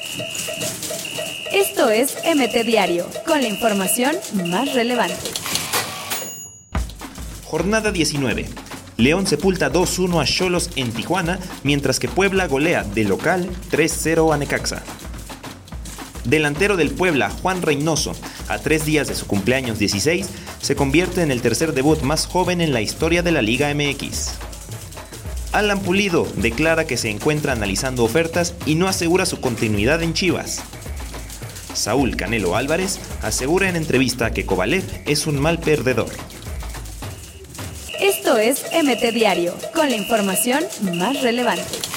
Esto es MT Diario, con la información más relevante. Jornada 19. León sepulta 2-1 a Xolos en Tijuana, mientras que Puebla golea de local 3-0 a Necaxa. Delantero del Puebla, Juan Reynoso, a 3 días de su cumpleaños 16, se convierte en el tercer debut más joven en la historia de la Liga MX. Alan Pulido declara que se encuentra analizando ofertas y no asegura su continuidad en Chivas. Saúl Canelo Álvarez asegura en entrevista que Kovalev es un mal perdedor. Esto es MT Diario, con la información más relevante.